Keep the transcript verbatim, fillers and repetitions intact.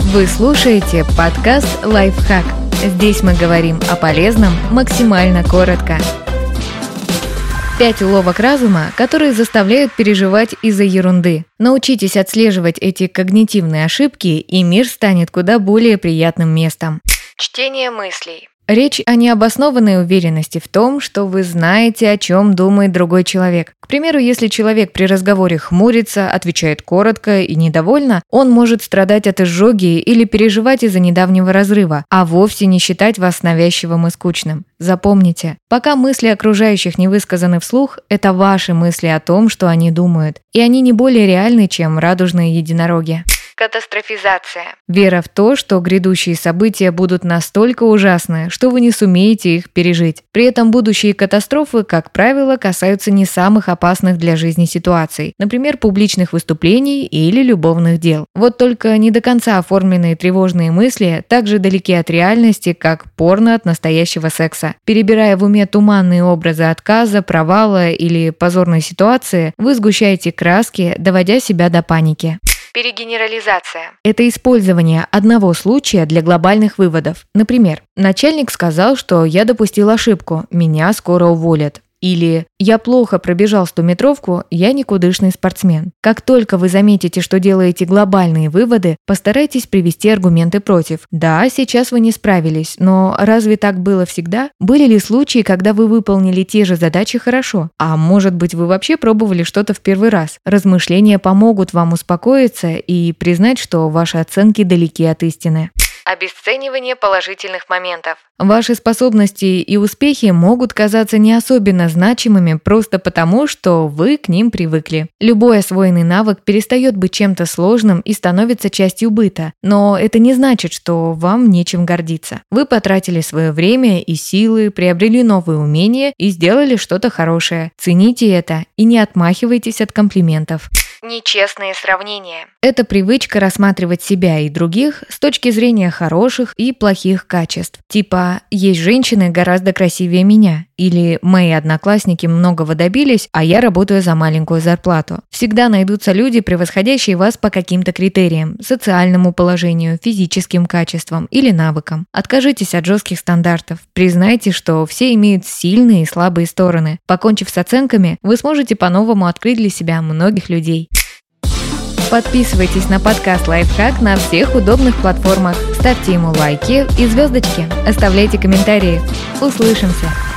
Вы слушаете подкаст «Лайфхак». Здесь мы говорим о полезном максимально коротко. Пять уловок разума, которые заставляют переживать из-за ерунды. Научитесь отслеживать эти когнитивные ошибки, и мир станет куда более приятным местом. Чтение мыслей. Речь о необоснованной уверенности в том, что вы знаете, о чем думает другой человек. К примеру, если человек при разговоре хмурится, отвечает коротко и недовольно, он может страдать от изжоги или переживать из-за недавнего разрыва, а вовсе не считать вас навязчивым и скучным. Запомните, пока мысли окружающих не высказаны вслух, это ваши мысли о том, что они думают, и они не более реальны, чем радужные единороги. Катастрофизация. Вера в то, что грядущие события будут настолько ужасны, что вы не сумеете их пережить. При этом будущие катастрофы, как правило, касаются не самых опасных для жизни ситуаций, например, публичных выступлений или любовных дел. Вот только не до конца оформленные тревожные мысли так же далеки от реальности, как порно от настоящего секса. Перебирая в уме туманные образы отказа, провала или позорной ситуации, вы сгущаете краски, доводя себя до паники. Перегенерализация. Это использование одного случая для глобальных выводов. Например, начальник сказал, что я допустил ошибку, меня скоро уволят. Или «Я плохо пробежал стометровку, я никудышный спортсмен». Как только вы заметите, что делаете глобальные выводы, постарайтесь привести аргументы против. Да, сейчас вы не справились, но разве так было всегда? Были ли случаи, когда вы выполнили те же задачи хорошо? А может быть, вы вообще пробовали что-то в первый раз? Размышления помогут вам успокоиться и признать, что ваши оценки далеки от истины. Обесценивание положительных моментов. Ваши способности и успехи могут казаться не особенно значимыми просто потому, что вы к ним привыкли. Любой освоенный навык перестает быть чем-то сложным и становится частью быта, но это не значит, что вам нечем гордиться. Вы потратили свое время и силы, приобрели новые умения и сделали что-то хорошее. Цените это и не отмахивайтесь от комплиментов. Нечестные сравнения. Это привычка рассматривать себя и других с точки зрения хороших и плохих качеств. Типа «есть женщины гораздо красивее меня» или «мои одноклассники многого добились, а я работаю за маленькую зарплату». Всегда найдутся люди, превосходящие вас по каким-то критериям – социальному положению, физическим качествам или навыкам. Откажитесь от жестких стандартов. Признайте, что все имеют сильные и слабые стороны. Покончив с оценками, вы сможете по-новому открыть для себя многих людей. Подписывайтесь на подкаст «Лайфхак» на всех удобных платформах. Ставьте ему лайки и звездочки. Оставляйте комментарии. Услышимся!